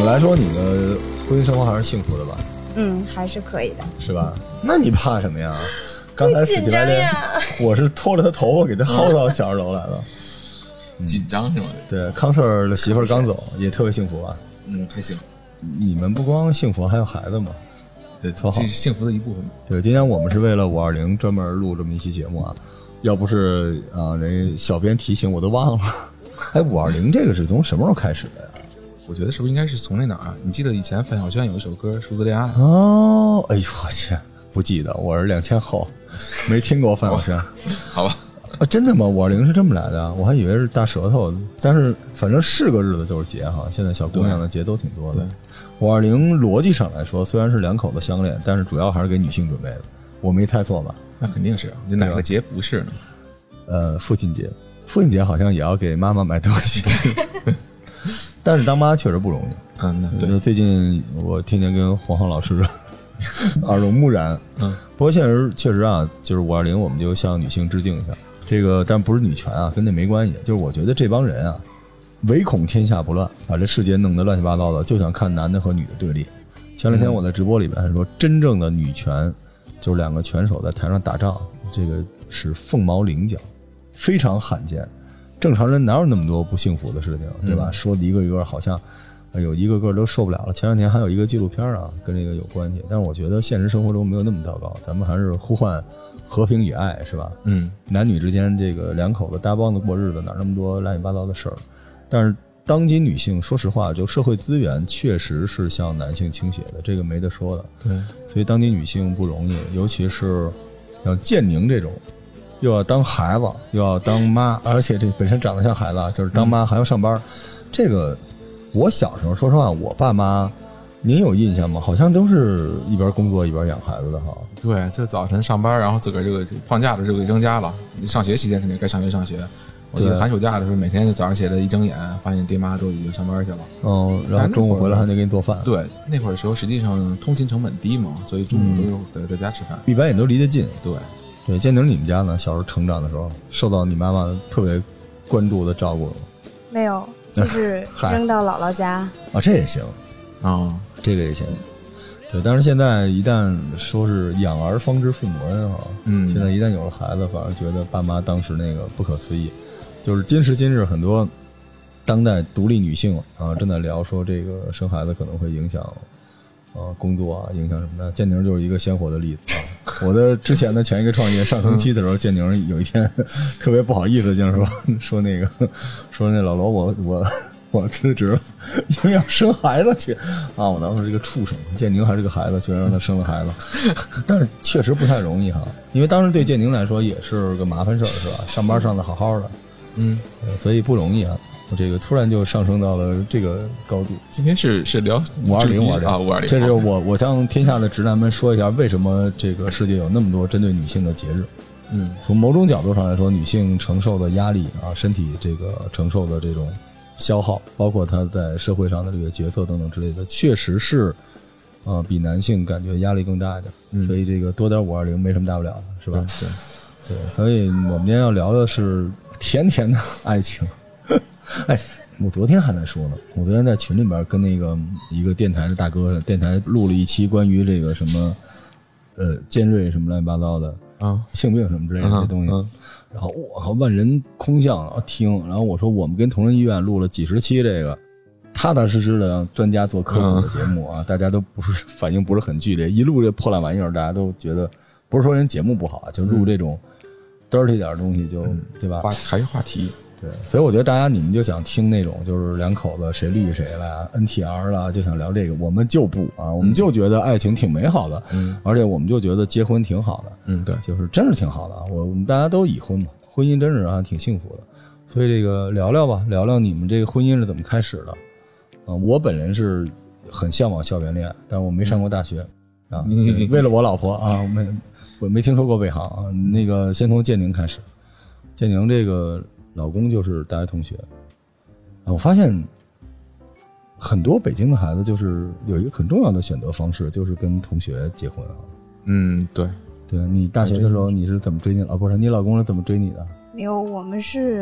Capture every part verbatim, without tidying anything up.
们来说，你的婚姻生活还是幸福的吧？ 嗯，还是可以的， 是吧？那你怕什么呀？刚才死乞白赖，我是拖着他头发给他薅到小二楼来了。 紧张是吗？ 对，康 Sir 的媳妇儿刚走，也特别幸福吧？ 嗯，还行。 你们不光幸福，还有孩子嘛？ 对，这是幸福的一部分。 对，今天我们是为了五二零专门录这么一期节目啊，要不是啊，人小编提醒我都忘了。哎，五二零这个是从什么时候开始的呀？ 我觉得是不是应该是从那哪儿啊？你记得以前范晓萱有一首歌《数字恋爱》 哦？哎呦我去，不记得，我是两千后，没听过范晓萱。 好吧。 啊，真的吗？五二零是这么来的，我还以为是大舌头，但是反正是个日子就是节哈。现在小姑娘的节都挺多的。五二零逻辑上来说，虽然是两口子相恋，但是主要还是给女性准备的，我没猜错吧？ 那肯定是，你哪个节不是呢？ 呃，父亲节，父亲节好像也要给妈妈买东西，但是当妈确实不容易。 嗯，对。 最近我天天跟黄浩老师耳濡目染。 嗯， 不过现实确实啊，就是五二零，我们就向女性致敬一下。这个但不是女权啊，跟那没关系。就是我觉得这帮人啊，唯恐天下不乱，把这世界弄得乱七八糟的，就想看男的和女的对立。前两天我在直播里边还说，真正的女权就是两个拳手在台上打仗，这个是凤毛麟角，非常罕见。正常人哪有那么多不幸福的事情，对吧？嗯、说的一个一个好像有一个个都受不了了。前两天还有一个纪录片啊，跟这个有关系，但是我觉得现实生活中没有那么糟糕，咱们还是呼唤和平与爱，是吧？ 嗯， 男女之间这个两口子搭帮子过日子，哪那么多乱七八糟的事儿？但是当今女性，说实话，就社会资源确实是向男性倾斜的，这个没得说的。 对， 所以当今女性不容易，尤其是像建宁这种，又要当孩子，又要当妈，而且这本身长得像孩子，就是当妈还要上班。嗯、这个我小时候，说实话，我爸妈。您有印象吗？好像都是一边工作一边养孩子的哈。 对，就早晨上班，然后自个儿这个放假的时候给扔家了。你上学期间肯定该上学上学。我记得寒暑假的时候，每天就早上起来一睁眼，发现爹妈都已经上班去了。 嗯，然后中午回来还得给你做饭。 对，那会儿的时候实际上通勤成本低嘛，所以中午都是在家吃饭， 嗯、一般也都离得近。 对， 对，建宁，你们家呢？小时候成长的时候，受到你妈妈特别关注的照顾吗？ 没有，就是扔到姥姥家。 啊，这也行啊。哦， 这个也行，对，但是现在一旦说是养儿方知父母恩啊，嗯，现在一旦有了孩子，反而觉得爸妈当时那个不可思议。就是今时今日，很多当代独立女性啊，正在聊说这个生孩子可能会影响啊工作啊，影响什么的。建宁就是一个鲜活的例子啊。我的之前的前一个创业上升期的时候，建宁有一天特别不好意思，就是说说那个说那老罗，我我。我辞职了，因为要生孩子去啊！我当时这个畜生，建宁还是个孩子，居然让他生了孩子，但是确实不太容易哈。因为当时对建宁来说也是个麻烦事儿，是吧？上班上的好好的， 嗯， 所以不容易啊。我这个突然就上升到了这个高度。 今天是是聊五二零五二零啊，五二零。 这是我我向天下的直男们说一下，为什么这个世界有那么多针对女性的节日。 嗯， 从某种角度上来说，女性承受的压力啊，身体这个承受的这种。消耗，包括他在社会上的这个角色等等之类的，确实是，呃，比男性感觉压力更大一点。嗯、所以这个多点五二零没什么大不了的，是吧？ 对对，所以我们今天要聊的是甜甜的爱情。哎，我昨天还在说呢，我昨天在群里边跟那个一个电台的大哥，电台录了一期关于这个什么，呃，尖锐什么乱七八糟的啊， 性病什么之类的这东西。嗯嗯然后我靠，万人空巷听。然后我说我们跟同仁医院录了几十期这个踏踏实实的让专家做科普的节目啊，嗯、大家都不是反应不是很剧烈，一录这破烂玩意儿，大家都觉得不是说人节目不好啊，就录这种 dirty 点的东西就，嗯、对吧？ 话还是话题。 对，所以我觉得大家你们就想听那种就是两口子谁绿谁了 N T R 了，就想聊这个，我们就不啊，我们就觉得爱情挺美好的，嗯，而且我们就觉得结婚挺好的， 嗯，对， 就是真是挺好的啊，我我们大家都已婚嘛，婚姻真是啊挺幸福的，所以这个聊聊吧，聊聊你们这个婚姻是怎么开始的啊？我本人是很向往校园恋爱，但是我没上过大学啊，为了我老婆啊，我没我没听说过魏航啊，那个先从建宁开始，建宁这个。老公就是大学同学，我发现很多北京的孩子就是有一个很重要的选择方式，就是跟同学结婚啊。 嗯，对， 对，你大学的时候你是怎么追你？啊，不是，你老公是怎么追你的？ 没有，我们是初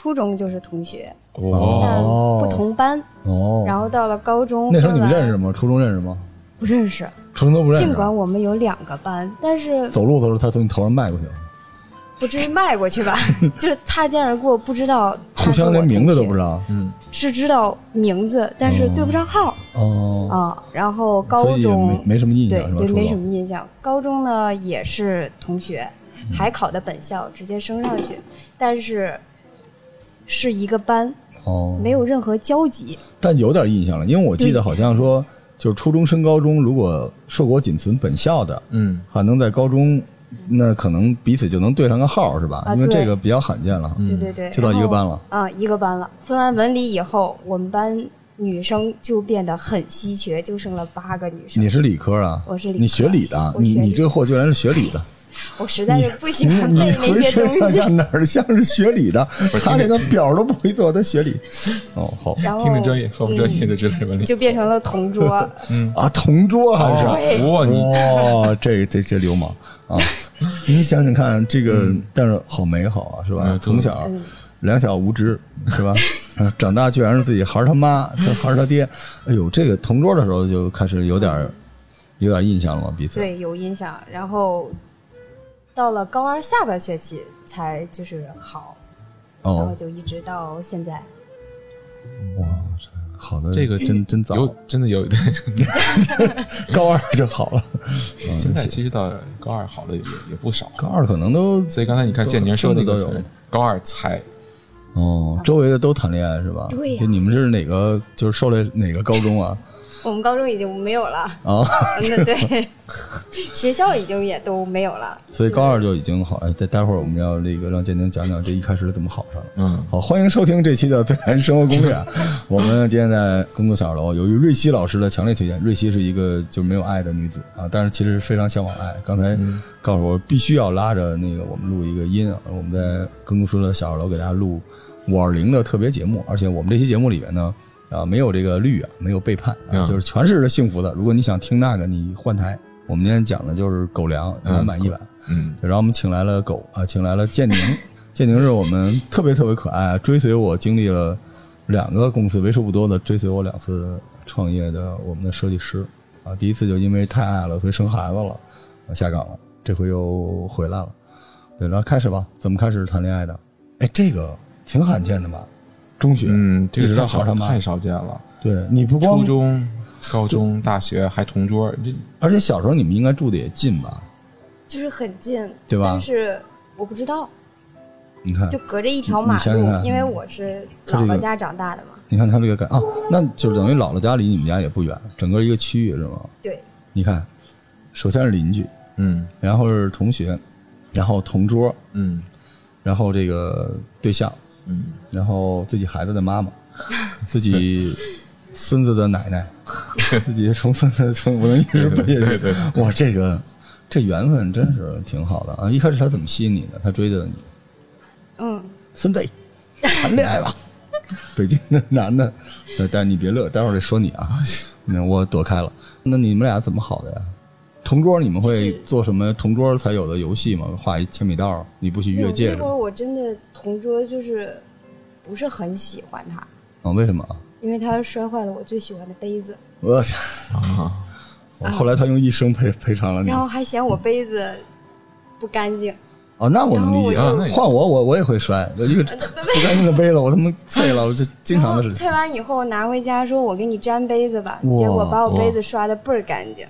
初中就是同学， 哦， 不同班哦， 然后到了高中， 那时候你们认识吗？初中认识吗？ 不认识， 初中都不认识。 尽管我们有两个班，但是走路的时候他从你头上迈过去了， 不至于迈过去吧？就是擦肩而过，不知道互相连名字都不知道，嗯， 是知道名字，但是对不上号。 哦啊，然后高中没没什么印象， 对对，没什么印象。高中呢也是同学，还考的本校，直接升上去，但是是一个班，哦，没有任何交集。 但有点印象了，因为我记得好像说，就是初中升高中，如果硕果仅存本校的，嗯，还能在高中。那可能彼此就能对上个号是吧？ 啊、 因为这个比较罕见了。 对对对， 就到一个班了啊，一个班了。分完文理以后，我们班女生就变得很稀缺，就剩了八个女生。 你是理科啊？ 我是理科。 你学理的？你你这货居然是学理的？ 我实在是不喜欢背那些东西。 上下哪儿像是学理的？他连个表都不会做，他学理。哦，好， 然后听着专业，和我们专业的知识文理， 就变成了同桌。 嗯啊，同桌还是？ 哇，你哇，这这这流氓啊！你想想看，这个、嗯、但是好美好啊，是吧？嗯、从小、嗯、两小无知，是吧？长大居然是自己孩儿他妈，这孩儿他爹。哎呦，这个同桌的时候就开始有点有点印象了吗？彼此对，有印象。然后到了高二下半学期才就是好，哦、然后就一直到现在。 哇，好的， 这个真真早， 有真的有高二就好了。 嗯、现在其实到高二好的也也不少， 高二可能都。 所以刚才你看建宁说那个词，高二才。 哦，周围的都谈恋爱是吧？ 对呀、啊。 就你们是哪个？就是受了哪个高中啊？ 我们高中已经没有了哦，那对，学校已经也都没有了， 所以高二就已经好。哎，待待会儿我们要那个让建宁讲讲这一开始怎么好上。嗯，好，欢迎收听这期的自然生活攻略。我们今天在工作小楼，由于瑞希老师的强烈推荐，瑞希是一个就没有爱的女子啊，但是其实非常向往爱。刚才告诉我必须要拉着那个我们录一个音啊，我们在工作书的小楼给大家录五二零的特别节目，而且我们这期节目里面呢。啊，没有这个绿啊，没有背叛、啊，就是全是幸福的。如果你想听那个，你换台。我们今天讲的就是狗粮满满一碗，嗯，然后我们请来了狗啊，请来了建宁，建宁是我们特别特别可爱，追随我经历了两个公司，为数不多的追随我两次创业的我们的设计师啊，第一次就因为太爱了，所以生孩子了，啊、下岗了，这回又回来了。对，然后开始吧，怎么开始谈恋爱的？哎，这个挺罕见的吧？中学， 嗯，这个太少太少见了。 对，你不光初中、高中、大学还同桌，这而且小时候你们应该住的也近吧？ 就是很近， 对吧？ 但是我不知道， 你看， 就隔着一条马路， 想想看因为我是姥姥家长大的嘛。 你看他这个感啊，那就是等于姥姥家离你们家也不远，整个一个区域是吗？ 对。 你看，首先是邻居，嗯，然后是同学，然后同桌，嗯，然后这个对象。嗯，然后自己孩子的妈妈，自己孙子的奶奶，自己重孙子从我能一直背下去。 对对对， 哇，这个这缘分真是挺好的啊！一开始他怎么吸引你的？他追的你？ 嗯， 孙子，谈恋爱吧。北京的男的，但你别乐，待会儿得说你啊。那我躲开了。那你们俩怎么好的呀？同桌你们会做什么同桌才有的游戏吗？画一千米道，你不许越界。 那会儿我真的同桌就是不是很喜欢他。 啊，为什么？ 因为他摔坏了我最喜欢的杯子。 我啊！后来他用一生赔赔偿了你。 然后还嫌我杯子不干净。 哦，那我能理解。换我，我我也会摔一个不干净的杯子，我他妈碎了，我这经常的事情。 碎完以后拿回家说：“我给你粘杯子吧。”结果把我杯子刷的倍儿干净。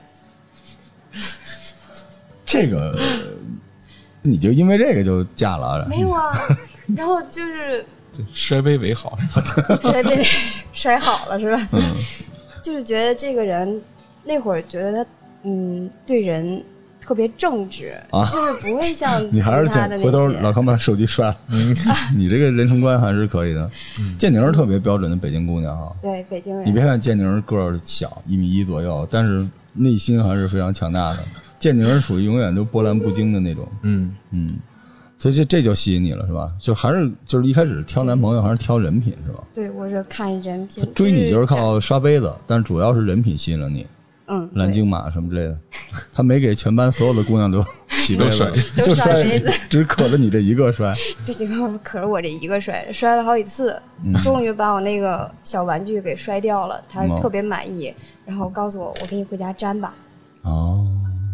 这个，你就因为这个就嫁了？ 没有啊，然后就是摔杯为好， 摔杯摔好了是吧？嗯，就是觉得这个人那会儿觉得他嗯对人特别正直，啊、就是不会像其他的那些。 回头老康把手机摔了，嗯、你这个人生观还是可以的。嗯、建宁是特别标准的北京姑娘哈， 对北京人。 你别看建宁个儿小，一米一左右，但是内心还是非常强大的。建宁是属于永远都波澜不惊的那种，嗯嗯，所以这这就吸引你了是吧？就还是就是一开始挑男朋友还是挑人品是吧？ 对，我是看人品。 追你就是靠刷杯子，但主要是人品吸引了你。 嗯， 蓝鲸马什么之类的，他没给全班所有的姑娘都洗杯子就摔杯子，只可着你这一个摔。 对，就可着我这一个摔，摔了好几次，嗯、终于把我那个小玩具给摔掉了。他特别满意，嗯、然后告诉我，我给你回家粘吧。 哦，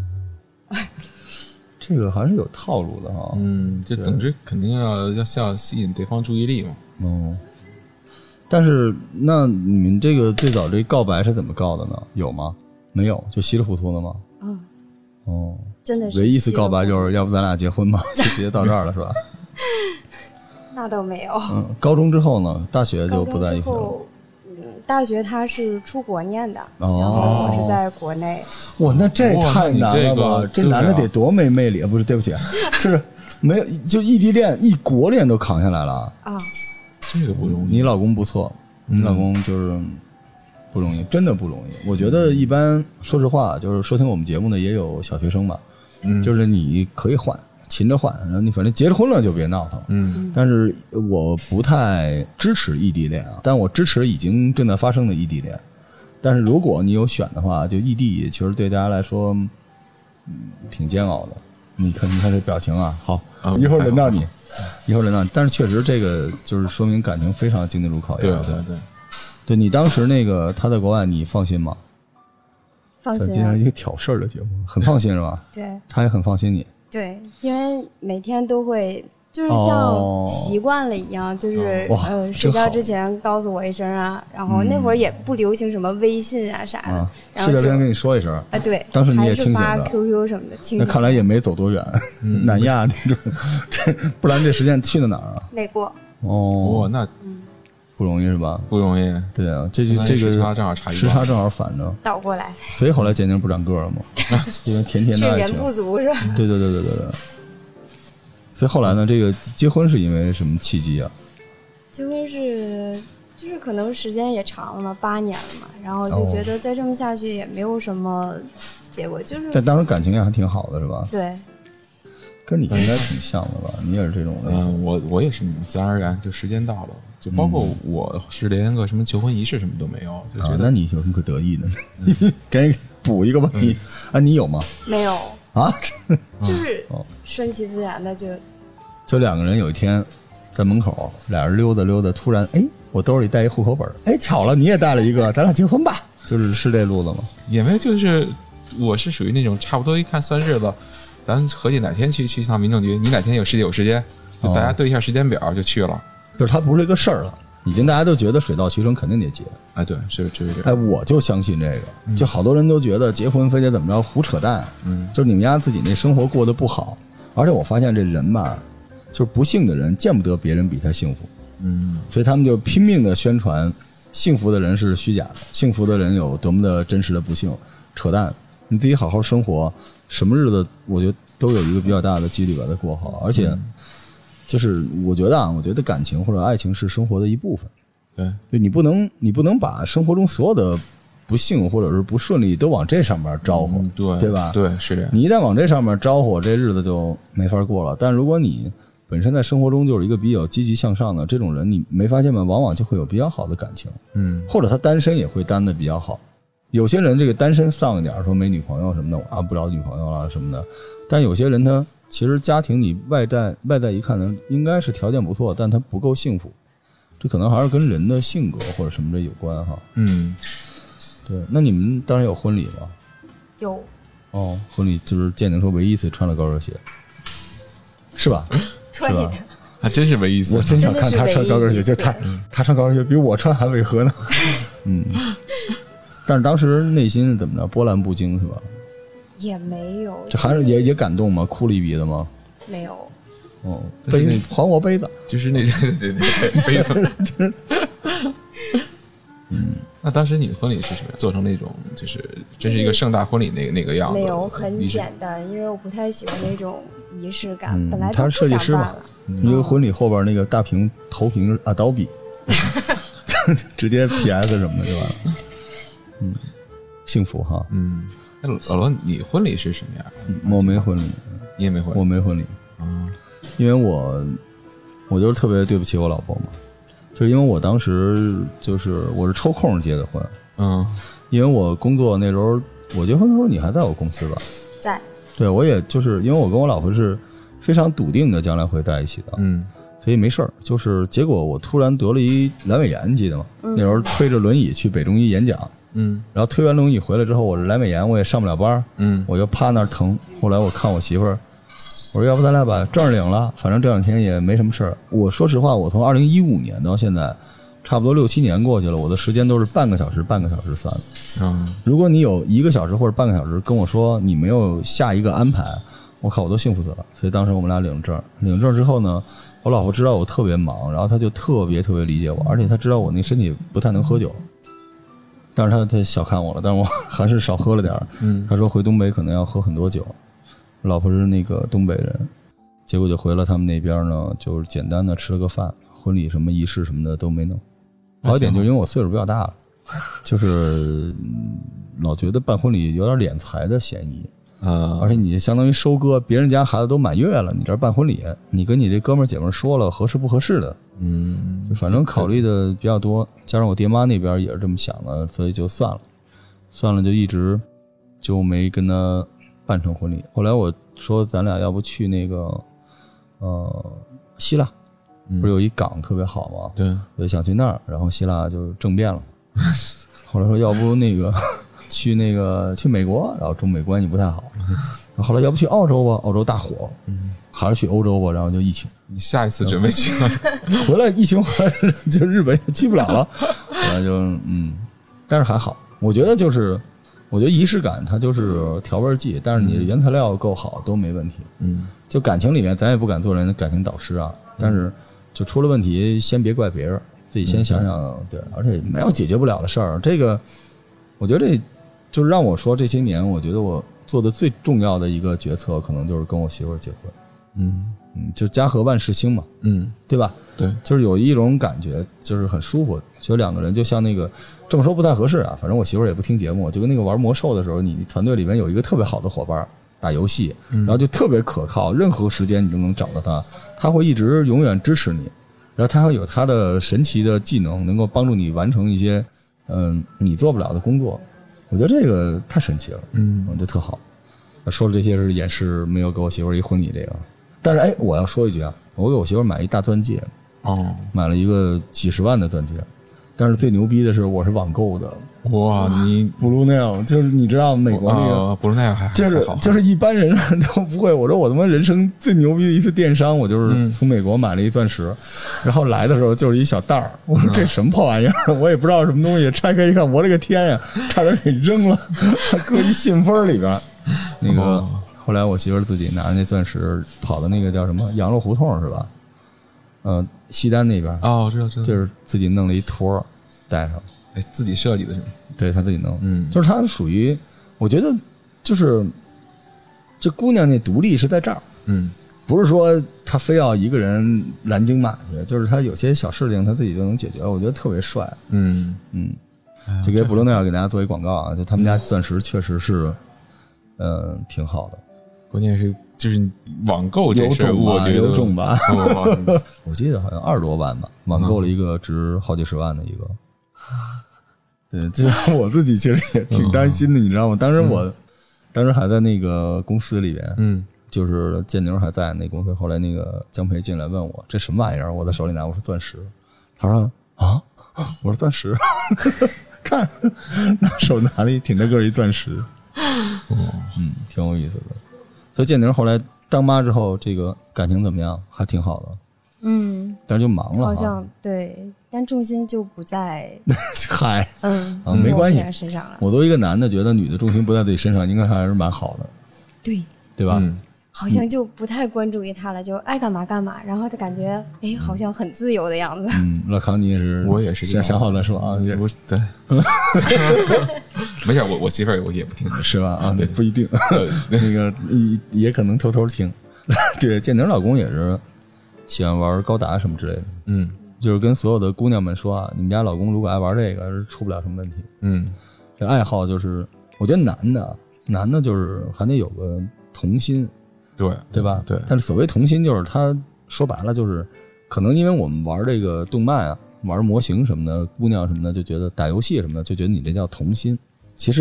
这个还是有套路的哈。 嗯，就总之肯定要要要吸引对方注意力嘛。 哦。但是，那你们这个最早这告白是怎么告的呢？有吗？没有，就稀里糊涂的吗？ 嗯， 哦， 真的是。 唯一一次告白就是要不咱俩结婚吗？就直接到这儿了是吧？ 那倒没有。 嗯，高中之后呢？大学就不在一起了。 嗯，大学他是出国念的， 哦、 然后我是在国内。 哇，那这太难了吧？这, 这男的得多没魅力啊！不是，对不起，就是没有，就异地恋、异国恋都扛下来了啊。 这个不容易， 你老公不错，你老公就是不容易，真的不容易。我觉得一般，说实话，就是收听我们节目的也有小学生嘛，嗯，就是你可以换，勤着换，然后你反正结了婚了就别闹腾， 嗯。 但是我不太支持异地恋啊，但我支持已经正在发生的异地恋。但是如果你有选的话，就异地其实对大家来说，嗯，挺煎熬的。你看，你看这表情啊，好，一会儿轮到你。一会儿轮到你，但是确实这个就是说明感情非常经得住考验。 对对对， 对你当时那个他在国外，你放心吗？ 放心、啊。 竟然一个挑事儿的节目，很放心是吧？ 对， 他也很放心你。 对，因为每天都会就是像习惯了一样，哦、就是呃睡觉之前告诉我一声啊，然后那会儿也不流行什么微信啊啥的，嗯、然后睡觉之前跟你说一声啊，对， 当时你也清醒着， 还是发 Q Q 什么的，清醒。 那看来也没走多远，嗯、南亚那种，这不然这时间去的哪儿啊？ 美国。 哦， 哦那不容易是吧？ 不容易。 对啊，这就这个时差正好差一时差正好反着倒过来， 所以后来简宁不长个了嘛，因为甜甜的爱情， 睡眠不足是吧？ 对对对对对对。所以后来呢，这个结婚是因为什么契机啊？ 结婚是就是可能时间也长了嘛，八年了嘛，然后就觉得再这么下去也没有什么结果，就是。 但当时感情也还挺好的，是吧？ 对。 跟你应该挺像的吧？你也是这种类型。 嗯，我我也是那种自然而然，就时间到了，就包括我是连个什么求婚仪式什么都没有，就觉得、 啊、那你有什么可得意的呢？嗯、赶紧补一个吧，你、嗯、啊，你有吗？ 没有啊， 就是顺其自然的就。 就两个人有一天在门口，俩人溜达溜达，突然哎，我兜里带一户口本，哎，巧了，你也带了一个，咱俩结婚吧，就是是这路子吗？ 也没有，就是我是属于那种差不多一看算日子，咱合计哪天去去一趟民政局，你哪天有时间有时间，就大家对一下时间表就去了。哦、 就是它不是一个事儿了，已经大家都觉得水到渠成，肯定得结。 哎，对，是是这样。 哎，我就相信这个，嗯、就好多人都觉得结婚非得怎么着，胡扯淡。嗯，就是你们家自己那生活过得不好，而且我发现这人吧。就是不幸的人见不得别人比他幸福， 嗯， 所以他们就拼命的宣传幸福的人是虚假的，幸福的人有多么的真实的不幸，扯淡！你自己好好生活，什么日子我觉得都有一个比较大的几率把它过好，而且就是我觉得啊，我觉得感情或者爱情是生活的一部分， 对， 对你不能你不能把生活中所有的不幸或者是不顺利都往这上面招呼， 嗯、对对吧？ 对，是这样。 你一旦往这上面招呼，这日子就没法过了。但如果你本身在生活中就是一个比较积极向上的这种人，你没发现吗？往往就会有比较好的感情， 嗯， 或者他单身也会单的比较好。有些人这个单身丧一点，说没女朋友什么的，啊不找女朋友了什么的。但有些人他其实家庭你外在外在一看呢，应该是条件不错，但他不够幸福，这可能还是跟人的性格或者什么这有关哈。 嗯， 对。那你们当然有婚礼吗？ 有。 哦，婚礼就是建宁说唯一一次穿了高跟鞋，是吧？ 对的， 还真是唯一一次。 我真想看他穿高跟鞋，就他他穿高跟鞋比我穿还违和呢。嗯，但是当时内心是怎么着？波澜不惊是吧？ 也没有。 这还是也也感动吗？哭了一鼻子吗？ 没有。 哦，杯还我杯子， 就是那对对对杯子。嗯，那当时你的婚礼是什么？做成那种就是真是一个盛大婚礼那个那个样子？ 没有，很简单，因为我不太喜欢那种仪式感。 嗯、 本来他是设计师嘛，一个婚礼后边那个大屏投屏 Adobe， 直接 P S 什么的就完了。嗯，幸福哈。 嗯，那老罗，你婚礼是什么样？ 我没婚礼， 你也没婚礼， 我没婚礼啊、 嗯，因为我我就是特别对不起我老婆嘛。就是因为我当时就是我是抽空结的婚， 嗯， 因为我工作那时候我结婚的时候你还在我公司吧？ 在。 对，我也就是因为我跟我老婆是非常笃定的将来会在一起的， 嗯， 所以没事儿。就是结果我突然得了一阑尾炎，你记得吗？嗯、那时候推着轮椅去北中医演讲， 嗯， 然后推完轮椅回来之后，我是阑尾炎，我也上不了班，嗯，我就趴那儿疼。后来我看我媳妇儿，我说要不咱俩把证领了，反正这两天也没什么事儿。我说实话，我从二零一五年到现在。差不多六七年过去了，我的时间都是半个小时半个小时算的。嗯，如果你有一个小时或者半个小时跟我说你没有下一个安排，我靠，我都幸福死了。所以当时我们俩领证，领证之后呢，我老婆知道我特别忙，然后她就特别特别理解我，而且她知道我那身体不太能喝酒，但是她她小看我了，但是我还是少喝了点。嗯，她说回东北可能要喝很多酒，老婆是那个东北人，结果就回了他们那边呢，就是简单的吃了个饭，婚礼什么仪式什么的都没弄。好一点就是因为我岁数比较大了，就是老觉得办婚礼有点敛财的嫌疑啊，而且你相当于收割别人家孩子都满月了，你这办婚礼，你跟你这哥们儿姐们儿说了合适不合适的，嗯，就反正考虑的比较多，加上我爹妈那边也是这么想的，所以就算了，算了就一直就没跟他办成婚礼。后来我说咱俩要不去那个呃希腊。不是有一港特别好吗？对，我就想去那儿，然后希腊就政变了。后来说要不那个去那个去美国，然后中美关系不太好。后来要不去澳洲吧，澳洲大火，嗯，还是去欧洲吧，然后就疫情。 你下一次准备去？ 回来疫情回来就日本也去不了了。后来就嗯，但是还好，我觉得就是我觉得仪式感它就是调味剂，但是你的原材料够好都没问题。嗯，就感情里面咱也不敢做人的感情导师啊，但是。就出了问题先别怪别人，自己先想想，对，而且没有解决不了的事儿。这个我觉得这就是让我说这些年我觉得我做的最重要的一个决策可能就是跟我媳妇儿结婚。嗯嗯，就家和万事兴嘛，嗯，对吧？对，就是有一种感觉就是很舒服，就两个人就像那个这么说不太合适啊，反正我媳妇儿也不听节目，就跟那个玩魔兽的时候，你团队里面有一个特别好的伙伴打游戏，然后就特别可靠，任何时间你都能找到他，他会一直永远支持你，然后他会有他的神奇的技能，能够帮助你完成一些嗯你做不了的工作。我觉得这个太神奇了，嗯，我觉得特好。说了这些是掩饰没有给我媳妇儿一婚礼这个，但是哎，我要说一句啊，我给我媳妇儿买一大钻戒，哦，买了一个几十万的钻戒。但是最牛逼的是，我是网购的。哇，你 Blue Nail 就是你知道美国那个、 uh, Blue Nail 还就是就是一般人都不会。我说我他妈人生最牛逼的一次电商，我就是从美国买了一钻石，嗯、然后来的时候就是一小袋儿。我说这什么破玩意儿？我也不知道什么东西，拆开一看，我勒个天呀，差点给扔了，搁一信封里边。那个、哦、后来我媳妇儿自己拿着那钻石跑到那个叫什么羊肉胡同是吧？呃，西单那边哦，知道知道， 就是自己弄了一托带上， 哎，自己设计的是吗？ 对，他自己弄，嗯，就是他属于，我觉得就是这姑娘那独立是在这儿，嗯，不是说她非要一个人蓝鲸马去，就是她有些小事情她自己就能解决，我觉得特别帅，嗯嗯，就给 Blue Nail 给大家做一广告啊，就他们家钻石确实是，嗯、呃，挺好的， 关键是。就是网购这事，我觉得有种吧。我记得好像二十多万吧，网购了一个值好几十万的一个。对，这我自己其实也挺担心的，你知道吗？当时我、嗯、当时还在那个公司里边，嗯，就是建牛还在那公司。后来那个江培进来问我这什么玩意儿，我在手里拿，我说钻石。他说啊，我说钻石，看拿手拿了一挺大个一钻石，哦，嗯，挺有意思的。所以建宁后来当妈之后，这个感情怎么样？还挺好的。嗯，但是就忙了， 好像对，但重心就不在嗨， 嗯啊，没关系身上了。 我作为一个男的，觉得女的重心不在自己身上，应该还是蛮好的。 对， 对吧？嗯， 好像就不太关注于他了，就爱干嘛干嘛，然后他感觉哎，好像很自由的样子。 嗯，老康你也是， 我也是想想好了是吧？啊，也不对，没事，我我媳妇儿我也不听， 是吧？啊，对，不一定，那个也可能偷偷听。对，建宁老公也是喜欢玩高达什么之类的，嗯，就是跟所有的姑娘们说啊，你们家老公如果爱玩这个，是出不了什么问题。嗯，这爱好就是，我觉得男的，男的就是还得有个童心。 对对吧？ 对， 但是所谓童心，就是他说白了就是，可能因为我们玩这个动漫啊，玩模型什么的，姑娘什么的就觉得打游戏什么的，就觉得你这叫童心。其实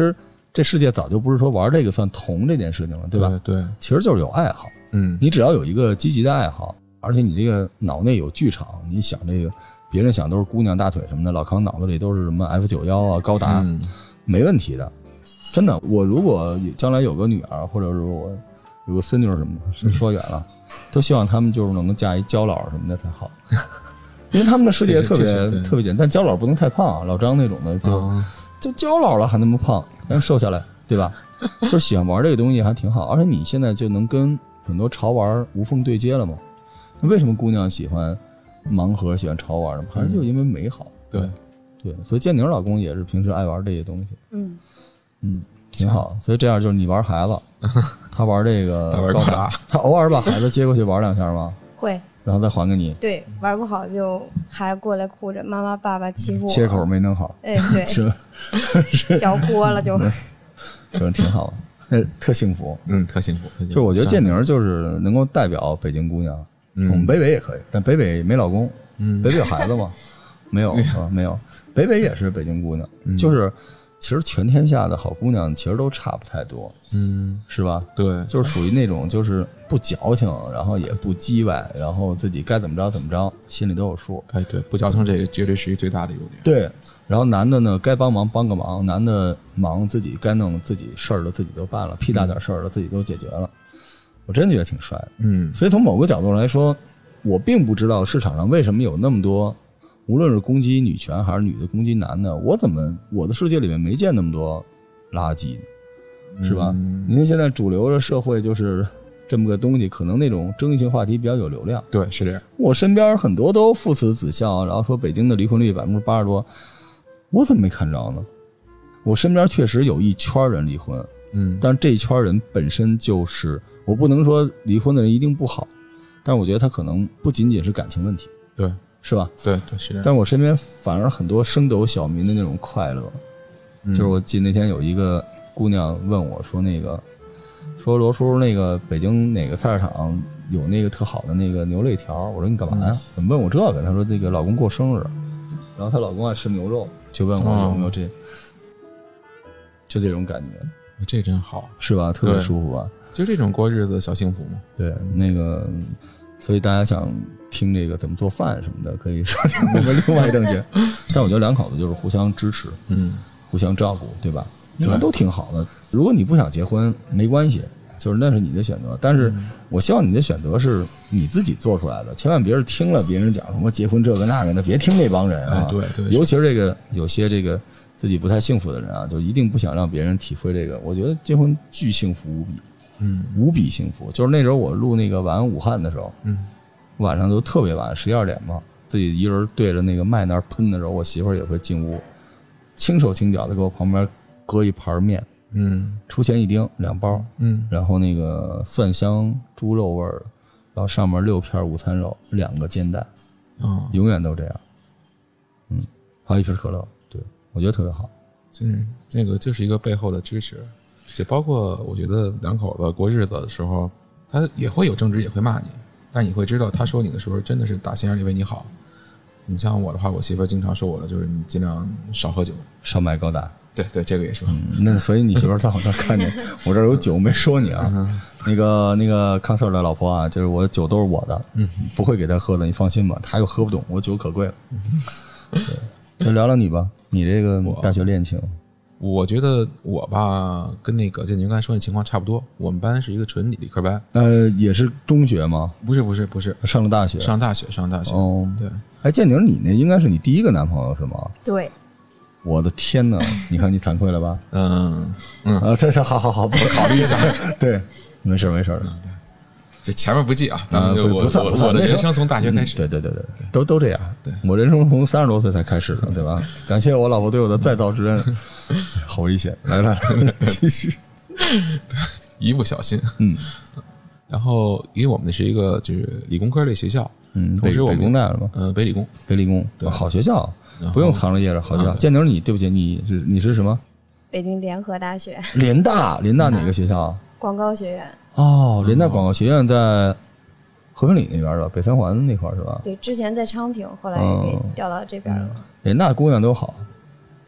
这世界早就不是说玩这个算同这件事情了，对吧？ 对对， 其实就是有爱好。 嗯， 你只要有一个积极的爱好，而且你这个脑内有剧场，你想这个别人想都是姑娘大腿什么的，老康脑子里都是什么 F 九十一 啊、高达、嗯，没问题的。真的，我如果将来有个女儿，或者是我有个孙女什么的，说远了，都希望他们就是能够嫁一焦老什么的才好，因为他们的世界特别特别简单。但焦老不能太胖，老张那种的就、哦、就焦老了还那么胖，咱瘦下来，对吧？就是喜欢玩这个东西还挺好，而且你现在就能跟很多潮玩无缝对接了嘛。那为什么姑娘喜欢盲盒，喜欢潮玩呢？还是就因为美好。 对、嗯、 对，所以建宁老公也是平时爱玩这些东西。嗯嗯，挺好。所以这样就是你玩孩子，他玩这个高达，他偶尔把孩子接过去玩两下吗？ 会， 然后再还给你。 对，玩不好就还过来哭着妈妈爸爸欺负我， 切口没弄好。 哎，对，脚泼了就。 说挺好，那特幸福。 嗯，特幸福。 就是我觉得建宁就是能够代表北京姑娘。嗯，我们北北也可以，但北北没老公。嗯，北北有孩子吗？没有啊，没有。北北也是北京姑娘，嗯、就是其实全天下的好姑娘其实都差不太多，嗯，是吧？ 对， 就是属于那种就是不矫情，然后也不叽歪，然后自己该怎么着怎么着，心里都有数。 哎，对，不矫情这个绝对是一最大的优点。 对，然后男的呢，该帮忙帮个忙，男的忙自己该弄自己事儿的自己都办了，屁大点事儿的自己都解决了。我真觉得挺帅的，嗯，所以从某个角度来说，我并不知道市场上为什么有那么多，无论是攻击女权还是女的攻击男的，我怎么我的世界里面没见那么多垃圾，是吧？嗯、您现在主流的社会就是这么个东西，可能那种争议性话题比较有流量， 对，是这样。 我身边很多都父慈子孝，然后说北京的离婚率百分之八十多，我怎么没看着呢？我身边确实有一圈人离婚，嗯，但是这一圈人本身就是。我不能说离婚的人一定不好，但是我觉得他可能不仅仅是感情问题， 对， 是吧？ 对对是。 但是我身边反而很多升斗小民的那种快乐，嗯、就是我记得那天有一个姑娘问我说，那个说罗叔，那个北京哪个菜市场有那个特好的那个牛肋条？我说你干嘛呀？嗯、怎么问我这个？她说这个老公过生日，然后她老公爱吃牛肉，就问我有没有这，哦、就这种感觉， 这真好， 是吧？特别舒服吧？ 就这种过日子小幸福嘛。 对，那个，所以大家想听这个怎么做饭什么的，可以收听我们另外一档节目。但我觉得两口子就是互相支持，嗯，互相照顾，对吧？应该都挺好的。如果你不想结婚，没关系，就是那是你的选择。但是我希望你的选择是你自己做出来的，千万别是听了别人讲什么结婚这个那个的，别听那帮人啊。 哎、对对， 尤其是这个有些这个自己不太幸福的人啊，就一定不想让别人体会这个。我觉得结婚巨幸福无比。嗯，无比幸福。就是那时候我录那个晚安武汉的时候，嗯，晚上都特别晚，十一二点嘛，自己一人对着那个麦那儿喷的时候，我媳妇儿也会进屋，轻手轻脚的给我旁边搁一盘面，嗯，出钱一丁两包，嗯，然后那个蒜香猪肉味儿，然后上面六片午餐肉，两个煎蛋，哦，永远都这样，嗯，还有一瓶可乐，对我觉得特别好。 嗯，这个就是一个背后的支持。也包括我觉得两口子过日子的时候，他也会有争执，也会骂你，但你会知道他说你的时候真的是打心眼里为你好。你像我的话，我媳妇经常说我的就是你尽量少喝酒， 少买高达。 对对，这个也是。 嗯，那所以你媳妇在我这看见我这有酒没说你啊？嗯、那个那个康 Sir 的老婆啊，就是我酒都是我的，嗯，不会给他喝的，你放心吧。他又喝不懂，我酒可贵了。对，就聊聊你吧，你这个大学恋情。 我觉得我吧，跟那个就您刚才说的情况差不多。我们班是一个纯理科班， 呃，也是中学吗？ 不是，不是，不是， 上了大学， 上大学，上大学。 哦， 对。 哎，建宁，你那应该是你第一个男朋友是吗？ 对。 我的天哪！你看你惭愧了吧？ 嗯嗯啊，对，好好好，我考虑一下。对，没事没事的。 这前面不记啊， 啊，不不算不算。 我的人生从大学开始， 对对对对，都都这样。 对， 我人生从三十多岁才开始的，对吧？感谢我老婆对我的再造之恩。好危险！来来来，继续。 一不小心， 嗯。 然后，因为我们是一个就是理工科类学校， 嗯， 同时我们北工大了吗？ 呃，北理工， 北理工， 对， 好学校，不用藏着掖着，好学校。建宁，你对不起，你是你是什么？ 北京联合大学。 联大，联大哪个学校？ 广告学院。 哦，联大广告学院在和平里那边的北三环那块是吧？ 对，之前在昌平，后来给调到这边了。 联大姑娘都好，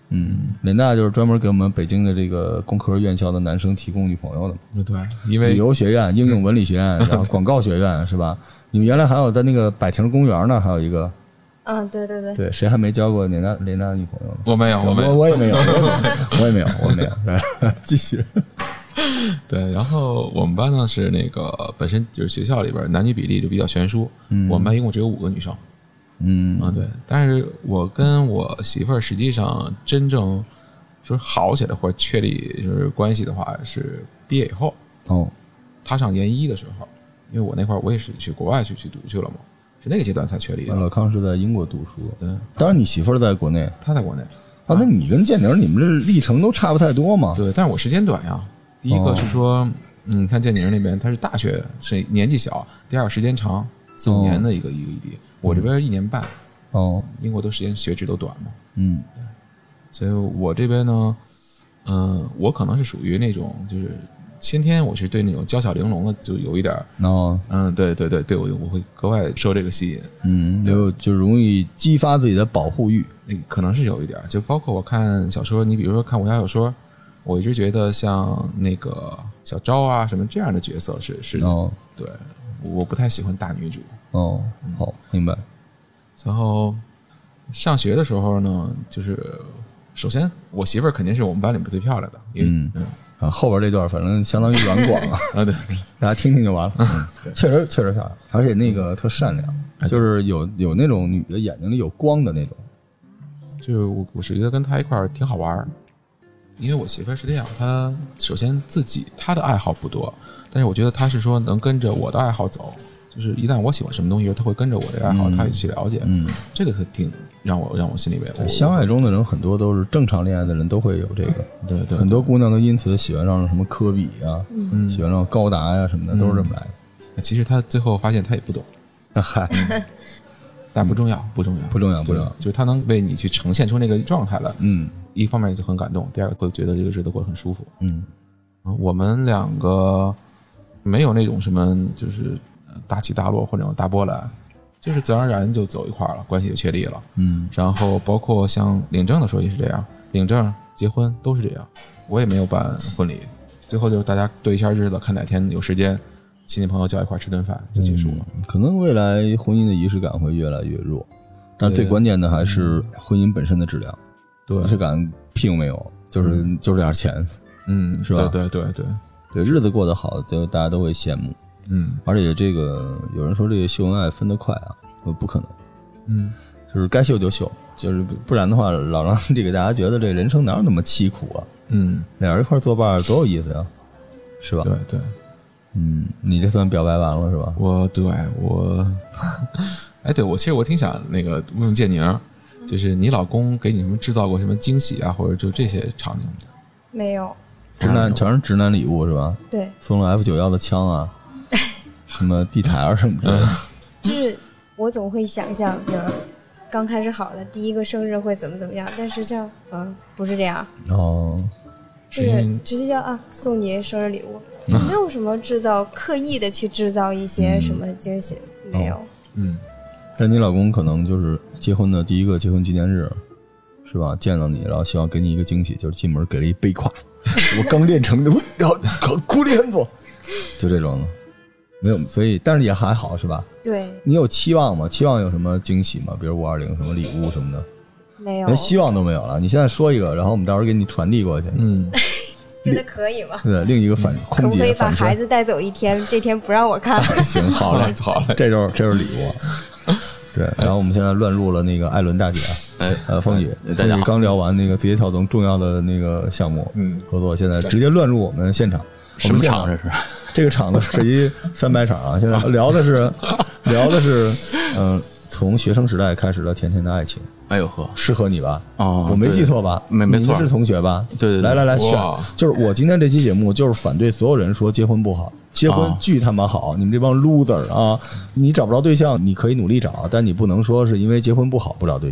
嗯，林大就是专门给我们北京的这个工科院校的男生提供女朋友的。 对，因为旅游学院、应用文理学院，然后广告学院是吧？你们原来还有在那个百亭公园那还有一个。 嗯，对对对。 对，谁还没交过林大林大女朋友？ 我没有，我没有， 我我也没有，我也没有，我也没有。继续。 对，然后我们班呢是那个本身就是学校里边男女比例就比较悬殊，嗯，我们班一共只有五个女生， 嗯啊对，但是我跟我媳妇儿实际上真正说好起来或者确立就是关系的话是毕业以后哦， 她上研一的时候，因为我那会儿我也是去国外去去读去了嘛，是那个阶段才确立的。 老康是在英国读书， 对， 当然你媳妇儿在国内， 她在国内啊，那你跟建宁你们这历程都差不太多嘛？ 对，但是我时间短呀。第一个是说，哦、嗯，看建宁那边他是大学，是年纪小；第二个时间长，四五年的一个、哦、一个异地。我这边一年半。 哦， 英国都时间学制都短嘛。 嗯， 所以我这边呢，嗯、呃，我可能是属于那种就是先天我是对那种娇小玲珑的就有一点哦， 嗯，对对对对，我我会格外受这个吸引。 嗯，就就容易激发自己的保护欲。 可能是有一点，就包括我看小说，你比如说看武侠小说。我一直觉得像那个小昭啊什么这样的角色是是哦， 对，我不太喜欢大女主。 哦，好，明白。 然后上学的时候呢，就是首先我媳妇儿肯定是我们班里面最漂亮的， 嗯嗯啊，后边这段反正相当于软广啊， 啊对， 大家听听就完了。嗯、确实确实漂亮，而且那个特善良，就是有有那种女的眼睛里有光的那种。 就是我我是觉得跟她一块儿挺好玩。因为我媳妇儿是这样，她首先自己她的爱好不多，但是我觉得她是说能跟着我的爱好走，就是一旦我喜欢什么东西，她会跟着我的爱好，嗯、她也去了解， 嗯， 这个挺让我让我心里边。 相爱中的人很多都是正常恋爱的人都会有这个， 对 对, 对， 很多姑娘都因此喜欢上什么科比啊， 嗯， 喜欢上高达呀、啊、什么的，嗯，都是这么来的。其实她最后发现她也不懂， 嗨。 嗯但不重要，不重要， 不重要，不重要， 就是他能为你去呈现出那个状态来。 嗯， 一方面就很感动，第二个会觉得这个日子过得很舒服。 嗯， 我们两个没有那种什么就是大起大落或者大波澜，就是自然而然就走一块了，关系就确立了。 嗯， 然后包括像领证的时候也是这样，领证、结婚都是这样。我也没有办婚礼，最后就是大家对一下日子，看哪天有时间。亲戚朋友叫一块吃顿饭就结束了， 嗯，可能未来婚姻的仪式感会越来越弱，但最关键的还是婚姻本身的质量。 对， 仪式感屁用没有，就是，嗯，就这点钱， 嗯， 是吧？ 对对对对对，日子过得好，就大家都会羡慕。 嗯， 而且这个有人说这个秀恩爱分得快啊，不可能。 嗯， 就是该秀就秀，就是不然的话，老让这个大家觉得这人生哪有那么凄苦啊？ 嗯， 俩人一块作伴多有意思呀，是吧？ 对对。 嗯，你这算表白完了是吧？ 我对我，哎，对我其实我挺想那个问问建宁，就是你老公给你什么制造过什么惊喜啊，或者就这些场景吗？ 没有， 直男全是直男礼物是吧？ 对， 送了 F 九十一 的枪啊，什么地毯啊什么之类的。 就是我总会想象着刚开始好的第一个生日会怎么怎么样，但是这样，嗯，不是这样。 哦， 就是直接叫啊，送你生日礼物。就没有什么制造刻意的去制造一些什么惊喜，嗯，没有。 嗯， 但你老公可能就是结婚的第一个结婚纪念日，是吧？见到你，然后希望给你一个惊喜，就是进门给了一背胯，我刚练成的，要苦力很做，就这种的，没有。所以，但是也还好，是吧？ 对。你有期望吗？期望有什么惊喜吗？比如五二零什么礼物什么的？ 没有， 连希望都没有了。你现在说一个，然后我们到时候给你传递过去。 嗯。 觉得可以吗？ 对，另一个反空姐， 可不可以把孩子带走一天？这天不让我看。 行，好嘞， 好嘞， 这就是这就是礼物。对，然后我们现在乱入了那个艾伦大姐， 哎， 呃，风姐， 大家好， 刚聊完那个字节跳动重要的那个项目， 嗯， 合作，现在直接乱入我们现场。 什么场这是？ 这个场子是一三百场啊！现在聊的是聊的是，嗯，从学生时代开始的甜甜的爱情。 哎呦呵， 适合你吧？ 哦， 我没记错吧？ 没没错， 你是同学吧？ 对对对， 来来来，选，就是我今天这期节目就是反对所有人说结婚不好，结婚巨他妈好，你们这帮 loser 啊！你找不着对象，你可以努力找，但你不能说是因为结婚不好不找对象。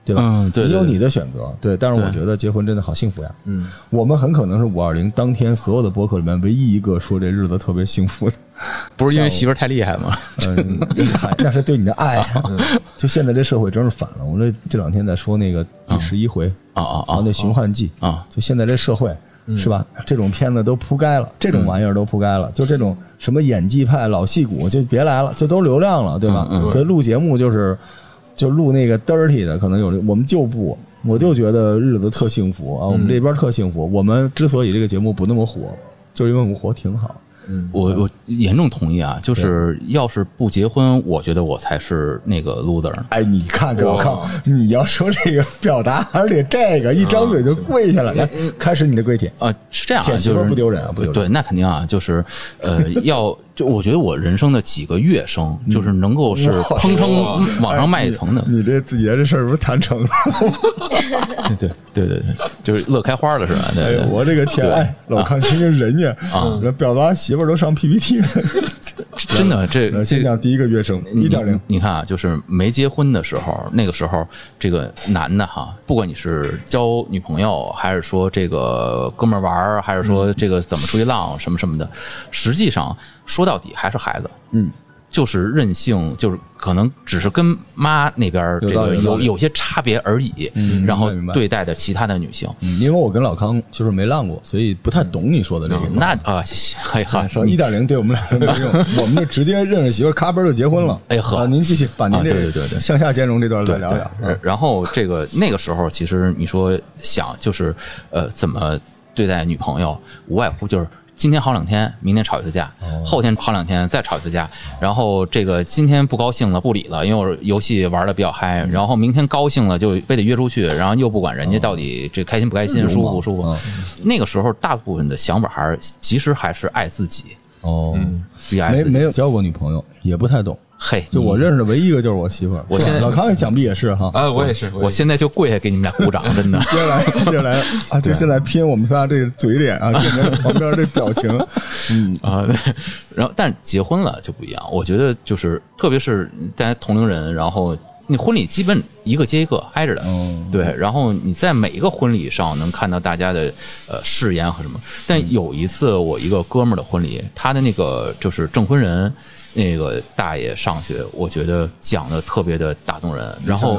对吧？ 嗯，对， 你有你的选择，对。但是我觉得结婚真的好幸福呀。 嗯， 我们很可能是五二零当天所有的播客里面唯一一个说这日子特别幸福的。 不是因为媳妇儿太厉害吗？ 嗯，厉害，那是对你的爱啊。就现在这社会真是反了。我这这两天在说那个第十一回啊啊啊，那熊汉记啊， 就现在这社会。是吧？这种片子都铺盖了，这种玩意儿都铺盖了，就这种什么演技派、老戏骨就别来了，就都流量了，对吧？ 嗯嗯、 所以录节目就是就录那个 dirty 的，可能有我们就不，我就觉得日子特幸福啊，我们这边特幸福。我们之所以这个节目不那么火，就是因为我们活挺好。 嗯，我我严重同意啊，就是要是不结婚，我觉得我才是那个 loser。 哎，你看这，我靠！你要说这个表达，而且这个一张嘴就跪下来，来开始你的跪舔啊，是这样， 舔媳妇不丢人啊，不丢人。 对，那肯定啊，就是呃，要就我觉得我人生的几个跃升，就是能够是砰砰往上迈一层的。 你这自己这事儿不是谈成了？ 对对对对，就是乐开花了是吧？对， 我这个天，哎，老看听听人家啊，表达媳妇都上 P P T 了。 真的，这先讲第一个跃升一点零。 你看啊，就是没结婚的时候，那个时候这个男的哈，不管你是交女朋友，还是说这个哥们儿玩，还是说这个怎么出去浪什么什么的，实际上说到底还是孩子。 嗯。 就是任性，就是可能只是跟妈那边这个有有些差别而已， 嗯、 然后对待的其他的女性。 嗯，因为我跟老康就是没浪过，所以不太懂你说的这个。 嗯、那啊，哎哈， 一点零对我们俩没用，我们就直接认识媳妇，咔嘣就结婚了。 哎呵、 啊，您继续把您这个、啊、对对对对向下兼容这段再聊聊。 对对然后这个那个时候，其实你说想就是呃怎么对待女朋友，无外乎就是。今天好两天，明天吵一次架， 哦、 后天好两天再吵一次架，然后这个今天不高兴了不理了，因为我游戏玩的比较嗨，然后明天高兴了就非得约出去，然后又不管人家到底这开心不开心，哦、舒服不舒服。嗯、那个时候大部分的想法还是其实还是爱自己哦， 嗯、比爱自己没没有交过女朋友，也不太懂。 嘿， 就我认识的唯一一个就是我媳妇儿。 我现在老康想必也是哈。 啊，我也是。 我现在就跪下给你们俩鼓掌，真的。 接下来，接下来啊，就现在拼我们仨这个嘴脸啊，见着旁边这表情， 嗯啊，然后但是结婚了就不一样。我觉得就是，特别是大家同龄人，然后你婚礼基本一个接一个挨着的， 嗯， 对。然后你在每一个婚礼上能看到大家的呃誓言和什么。但有一次我一个哥们儿的婚礼，他的那个就是证婚人。那个大爷上去，我觉得讲的特别的打动人。然后，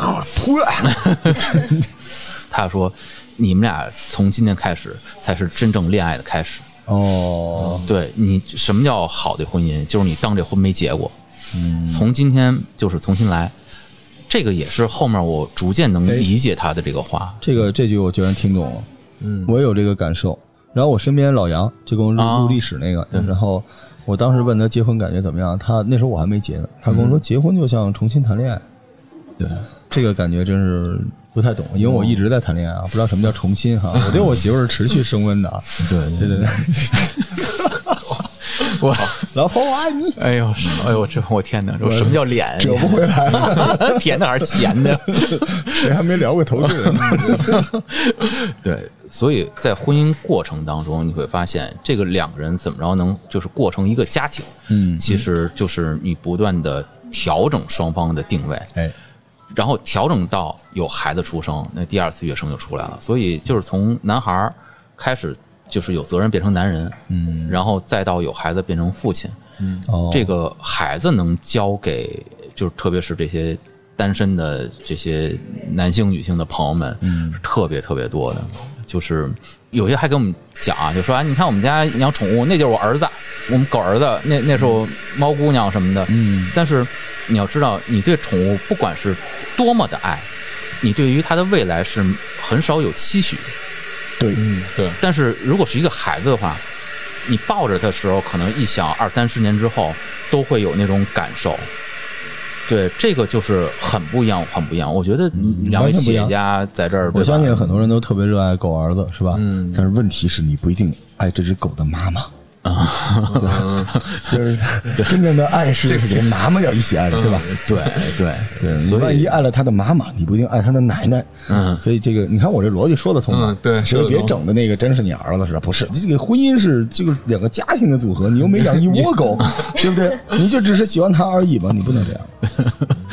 他说：“你们俩从今天开始才是真正恋爱的开始。” 哦， 对你什么叫好的婚姻？就是你当这婚没结过，嗯，从今天就是重新来。这个也是后面我逐渐能理解他的这个话。 这个这句我居然听懂了，嗯，我有这个感受。然后我身边老杨就跟我录录历史那个，啊、然后。我当时问他结婚感觉怎么样，他那时候我还没结呢，他跟我说结婚就像重新谈恋爱。 对， 这个感觉真是不太懂，因为我一直在谈恋爱啊，不知道什么叫重新哈。我对我媳妇是持续升温的啊。 对对对对。 我老婆我爱你。 哎呦，哎呦，这我天哪，这什么叫脸？ 折不回来， 甜的还是咸的？ 谁还没聊过投资人？ 对。所以在婚姻过程当中，你会发现这个两个人怎么着能就是过成一个家庭， 嗯， 其实就是你不断的调整双方的定位， 哎， 然后调整到有孩子出生，那第二次跃升就出来了。所以就是从男孩开始就是有责任变成男人， 嗯， 然后再到有孩子变成父亲， 嗯，哦， 这个孩子能教给就是特别是这些单身的这些男性女性的朋友们， 嗯， 是特别特别多的。就是有些还跟我们讲啊，就说啊，你看我们家养宠物，那就是我儿子，我们狗儿子，那那时候猫姑娘什么的。 嗯， 但是你要知道，你对宠物不管是多么的爱，你对于它的未来是很少有期许的。 对， 嗯，对。 但是如果是一个孩子的话，你抱着的时候，可能一想二三十年之后都会有那种感受。对，这个就是很不一样，很不一样。我觉得两位企业家在这儿， 我相信很多人都特别热爱狗儿子，是吧？ 嗯。 但是问题是你不一定爱这只狗的妈妈啊，就是真正的爱是这妈妈要一起爱的，对吧？ 对对对，你万一爱了他的妈妈，你不一定爱他的奶奶。 嗯。 所以这个，你看我这逻辑说得通吗？ 对， 所以别整的那个真是你儿子似的，不是。这个婚姻是这个两个家庭的组合，你又没养一窝狗，对不对？你就只是喜欢他而已嘛，你不能这样。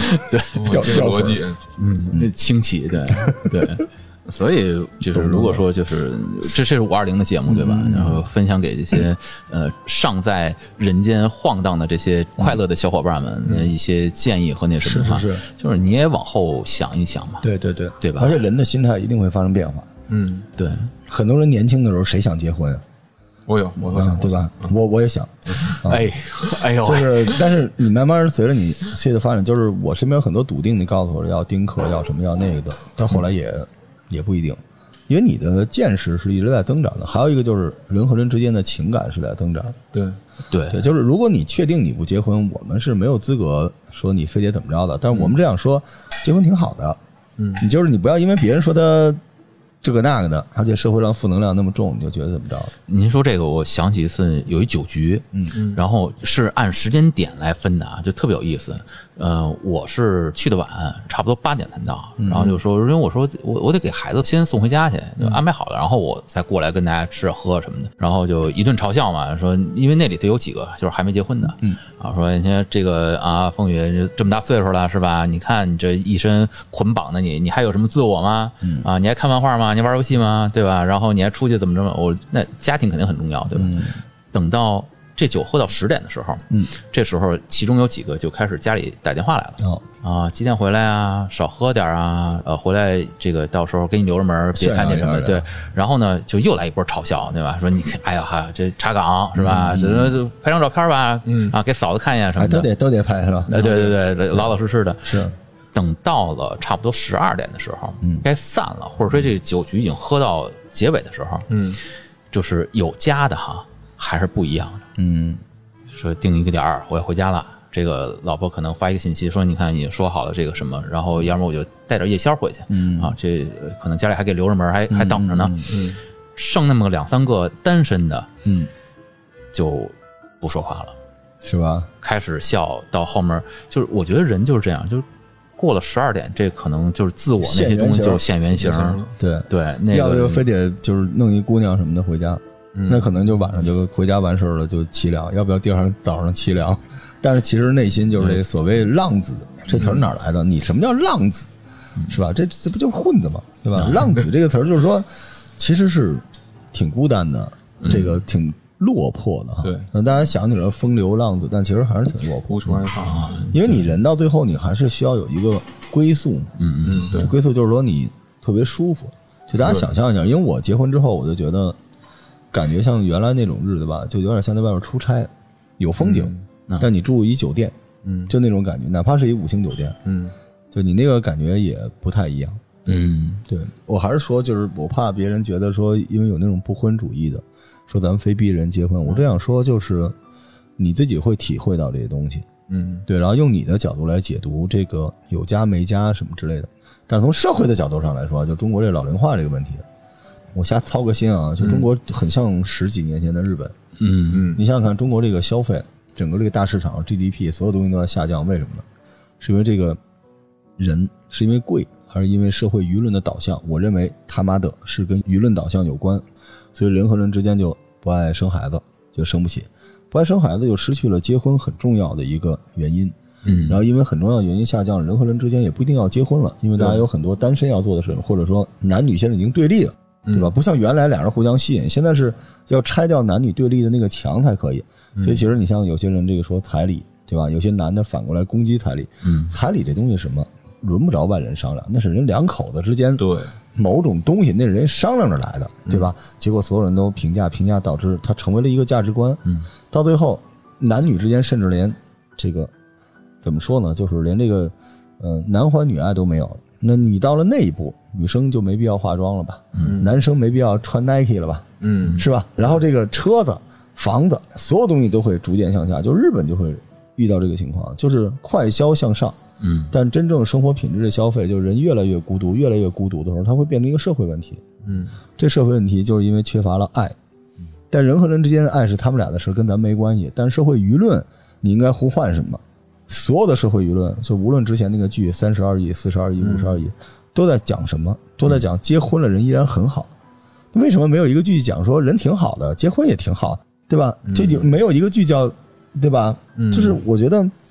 对， 掉这个逻辑， 嗯，清奇，对对。所以就是如果说就是这是五二零的节目对吧？然后分享给这些呃尚在人间晃荡的这些快乐的小伙伴们的一些建议和那什么的话， 是是是， 就是你也往后想一想嘛。 对对对， 对吧？ 而且人的心态一定会发生变化。 嗯， 对。 很多人年轻的时候谁想结婚啊？ 我有，我想， 对吧？我我也想。 哎，哎呦， 就是，但是你慢慢随着你岁月的发展，就是我身边有很多笃定的告诉我要丁克，要什么要那个的，到后来也。也不一定，因为你的见识是一直在增长的。还有一个就是人和人之间的情感是在增长的。 对对对，就是如果你确定你不结婚，我们是没有资格说你非得怎么着的。但是我们这样说，结婚挺好的。嗯，你就是你不要因为别人说他这个那个的，而且社会上负能量那么重，你就觉得怎么着？ 您说这个，我想起一次有一酒局，嗯，然后是按时间点来分的啊，就特别有意思。呃，我是去的晚，差不多八点才到，然后就说，因为我说我我得给孩子先送回家去，就安排好了，然后我再过来跟大家吃喝什么的，然后就一顿嘲笑嘛，说因为那里头有几个就是还没结婚的，嗯，啊，说你看这个啊，风雨这么大岁数了是吧？你看你这一身捆绑的你，你还有什么自我吗？啊，你还看漫画吗？你玩游戏吗？对吧？然后你还出去怎么着？我那家庭肯定很重要，对吧？嗯、等到这酒喝到十点的时候，嗯，这时候其中有几个就开始家里打电话来了，哦、啊，几点回来啊？少喝点啊，呃，回来这个到时候给你留着门，别看见什么。对，然后呢，就又来一波嘲笑，对吧？说你哎呀哈，这查岗是吧？这、嗯、就拍张照片吧，嗯啊，给嫂子看一眼什么的， 都得都得拍是吧？ 对对对，老老实实的是。 等到了差不多十二点的时候，嗯，该散了，或者说这个酒局已经喝到结尾的时候，嗯，就是有家的哈，还是不一样的， 嗯， 说定一个点儿，我要回家了。这个老婆可能发一个信息说，你看你说好了这个什么，然后要么我就带点夜宵回去，嗯啊，这可能家里还给留着门，还还等着呢，嗯，嗯剩那么两三个单身的，嗯，就不说话了。 是吧？ 开始笑，到后面就是我觉得人就是这样，就是过了十二点，这可能就是自我那些东西就现原形。 对对，那个要不就非得就是弄一姑娘什么的回家，嗯、那可能就晚上就回家完事儿了，就凄凉。要不要第二天早上凄凉？但是其实内心就是这所谓浪子、嗯、这词儿哪来的？你什么叫浪子？是吧？这这不就是混子吗？对吧？浪子这个词儿就是说，其实是挺孤单的，这个挺。落魄的哈， 对， 那大家想起来风流浪子，但其实还是挺落魄， 无处安放啊。 因为你人到最后，你还是需要有一个归宿， 嗯嗯， 对，归宿就是说你特别舒服。就大家想象一下，因为我结婚之后，我就觉得感觉像原来那种日子吧，就有点像在外面出差，有风景，嗯、但你住一酒店，嗯，就那种感觉，哪怕是一五星酒店，嗯，就你那个感觉也不太一样。 嗯， 对，我还是说，就是我怕别人觉得说，因为有那种不婚主义的。说咱们非逼人结婚，我这样说就是你自己会体会到这些东西，嗯，对，然后用你的角度来解读这个有家没家什么之类的。但是从社会的角度上来说，就中国这老龄化这个问题，我瞎操个心啊，就中国很像十几年前的日本， 嗯嗯， 你想想看，中国这个消费，整个这个大市场 G D P 所有东西都在下降，为什么呢？是因为这个人是因为贵，还是因为社会舆论的导向？我认为他妈的是跟舆论导向有关。所以人和人之间就不爱生孩子，就生不起，不爱生孩子就失去了结婚很重要的一个原因。嗯，然后因为很重要的原因下降，人和人之间也不一定要结婚了，因为大家有很多单身要做的事，或者说男女现在已经对立了，对吧？不像原来两人互相吸引，现在是要拆掉男女对立的那个墙才可以。所以其实你像有些人这个说彩礼，对吧？有些男的反过来攻击彩礼，嗯，彩礼这东西什么轮不着外人商量，那是人两口子之间对。 某种东西那是人商量着来的，对吧？嗯、结果所有人都评价评价，导致它成为了一个价值观。嗯，到最后男女之间甚至连这个怎么说呢，就是连这个呃男欢女爱都没有。那你到了那一步，女生就没必要化妆了吧？嗯，男生没必要穿 Nike 了吧？嗯，是吧？然后这个车子、房子，所有东西都会逐渐向下。就日本就会遇到这个情况，就是快消向上。嗯，但真正生活品质的消费，就是人越来越孤独，越来越孤独的时候，它会变成一个社会问题。嗯，这社会问题就是因为缺乏了爱。但人和人之间的爱是他们俩的事，跟咱没关系。但社会舆论，你应该呼唤什么？所有的社会舆论，就无论之前那个剧三十二亿、四十二亿、五十二亿，都在讲什么？都在讲结婚了人依然很好。为什么没有一个剧讲说人挺好的，结婚也挺好，对吧？就没有一个剧叫，对吧？就是我觉得。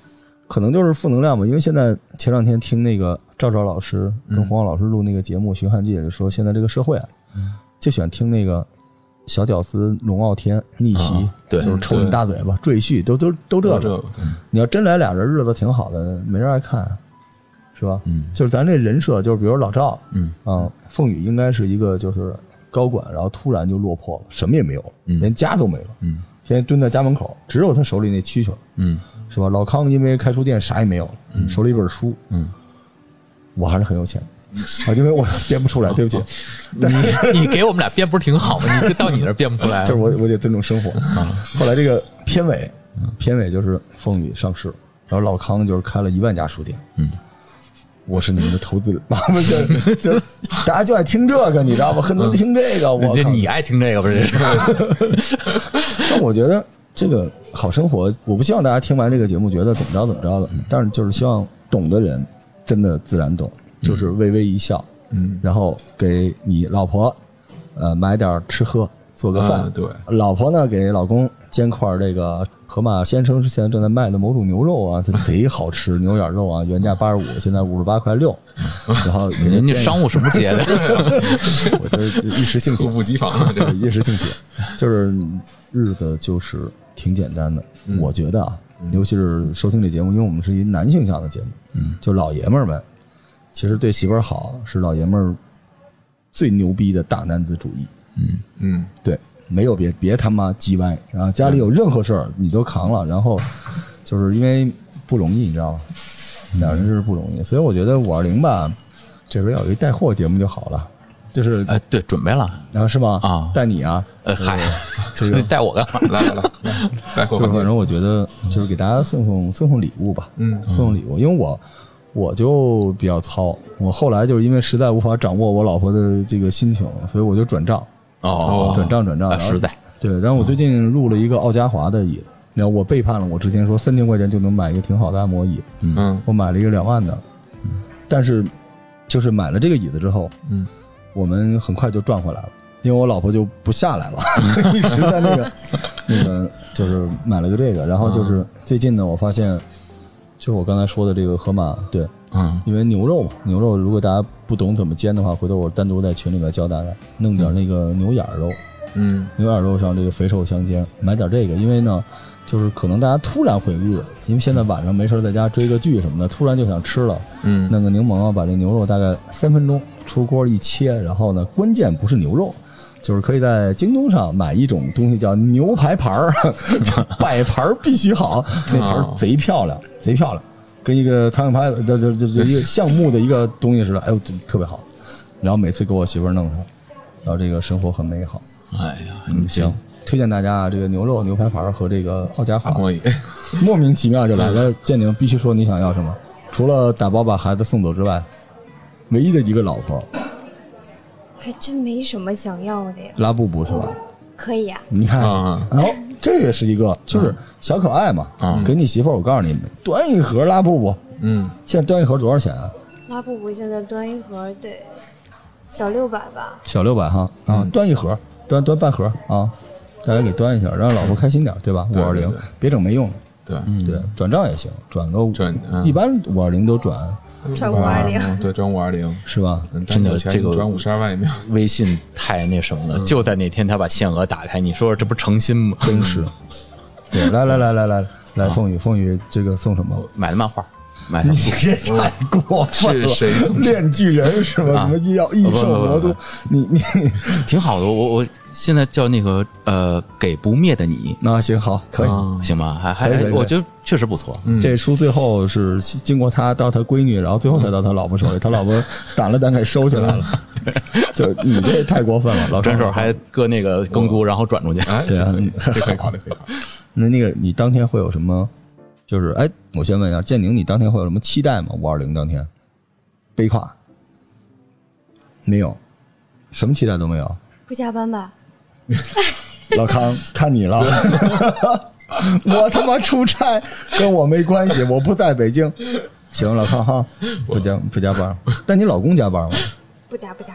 可能就是负能量吧。因为现在前两天听那个赵赵老师跟黄老师录那个节目《寻汉记》，就说现在这个社会啊，就喜欢听那个小屌丝龙傲天逆袭，啊、 对， 就是抽你大嘴巴、赘婿，都都都这个。 这个你要真来俩人日子挺好的，没人爱看，是吧？ 嗯， 就是咱这人设，就是比如老赵， 嗯啊，凤羽应该是一个就是高管，然后突然就落魄了，什么也没有， 嗯、 连家都没了， 嗯， 天天蹲在家门口，只有他手里那蛐蛐， 嗯， 是吧？老康因为开书店啥也没有了，嗯、手里一本书， 嗯， 我还是很有钱。啊，因为我编不出来，对不起。 你你给我们俩编不是挺好吗？你到你那儿编不出来， 就是我我得尊重生活啊。后来这个片尾，片尾就是凤羽上市，然后老康就是开了一万家书店。 嗯， 我是你们的投资人，就就大家就爱听这个，你知道吧？很多听这个，我你爱听这个不是？ 但我觉得这个好生活，我不希望大家听完这个节目觉得怎么着怎么着的，但是就是希望懂的人真的自然懂。就是微微一笑， 嗯， 然后给你老婆，呃，买点吃喝，做个饭。 啊、对， 老婆呢给老公煎块这个河马先生现在正在卖的某种牛肉啊，这贼好吃，牛眼肉啊，原价八十五，现在五十八块六。然后人家商务什么节的？ 我就是一时兴起， 猝不及防啊， 这个一时兴起，就是日子就是挺简单的， 嗯、 我觉得啊，尤其是收听这节目，因为我们是一男性向的节目， 嗯， 就老爷们儿们。其实对媳妇儿好是老爷们儿最牛逼的大男子主义。 嗯嗯， 对，没有别别他妈叽歪啊！家里有任何事儿你都扛了，然后就是因为不容易，你知道吗？两人是不容易，所以我觉得五二零吧，这边有一带货节目就好了，就是哎，对，准备了啊，是吗？ 啊， 带你啊？ 呃，嗨， 这个带我干嘛？ 来来来，带货。 反正我觉得就是给大家送送送送礼物吧， 嗯， 送送礼物，因为我。我就比较糙，我后来就是因为实在无法掌握我老婆的这个心情，所以我就转账。 哦， 转账转账， 实在。 对，但我最近录了一个奥嘉华的椅子，然后我背叛了我之前说三千块钱就能买一个挺好的按摩椅， 嗯， 我买了一个两万的，嗯，但是就是买了这个椅子之后， 嗯， 我们很快就赚回来了，因为我老婆就不下来了，一直在那个那个就是买了个这个，然后就是最近呢，我发现。就是我刚才说的这个河马，对， 嗯， 因为牛肉嘛，牛肉如果大家不懂怎么煎的话，回头我单独在群里面教大家弄点那个牛眼肉， 嗯， 牛眼肉上这个肥瘦相间，买点这个，因为呢，就是可能大家突然会饿，因为现在晚上没事在家追个剧什么的，突然就想吃了， 嗯， 弄个柠檬啊，把这牛肉大概三分钟出锅一切，然后呢，关键不是牛肉。就是可以在京东上买一种东西叫牛排盘儿，摆盘儿必须好，那盘儿贼漂亮，贼漂亮，跟一个苍蝇拍就就就就一个橡木的一个东西似的，哎呦，特别好。然后每次给我媳妇儿弄上，然后这个生活很美好。 哎呀， 嗯，行，推荐大家啊，这个牛肉牛排盘和这个奥嘉华，莫名其妙就来了。建宁必须说你想要什么，除了打包把孩子送走之外，唯一的一个老婆。 还真没什么想要的呀。 拉布布是吧？ 可以呀、啊。 你看， 嗯、 然后这也是一个，就是小可爱嘛。嗯，给你媳妇儿，我告诉你，端一盒拉布布。 嗯， 现在端一盒多少钱啊？ 拉布布现在端一盒得小六百吧。 小六百哈啊，端一盒，端端半盒啊，大家给端一下，让老婆开心点，对吧？五二零，别整没用的。 对、 嗯、对，转账也行，转个转，嗯、 一般五二零都转。 转五二零， 对，转五二零是吧？ 真的，这个转五十二万也没有。 微信太那什么了，嗯、就在那天他把限额打开，你说这不诚心吗？ 真是。对，来来来来来来，凤羽凤羽，这个送什么？ 买的漫画。买你这太过分了！ 是谁送？ 炼巨人是吧？ 啊、 什么异要异兽魔都，你你挺好的。我我现在叫那个呃，给不灭的你。 那行好，可以、 啊、行吧？还还我觉得确实不错。 嗯、这书最后是经过他到他闺女，然后最后才到他老婆手里，他老婆胆了胆给收起来了。就你这太过分了，老转手还搁那个更都，然后转出去。 哎， 对啊， 这可以考虑，可以考虑。 那那个你当天会有什么？就是哎，我先问一下，建宁，你当天会有什么期待吗？五二零当天，悲跨没有，什么期待都没有。 不加班吧？ 老康，看你了，我他妈出差跟我没关系，我不在北京。行，老康哈，不加不加班。但你老公加班吗？ 不加不加不加。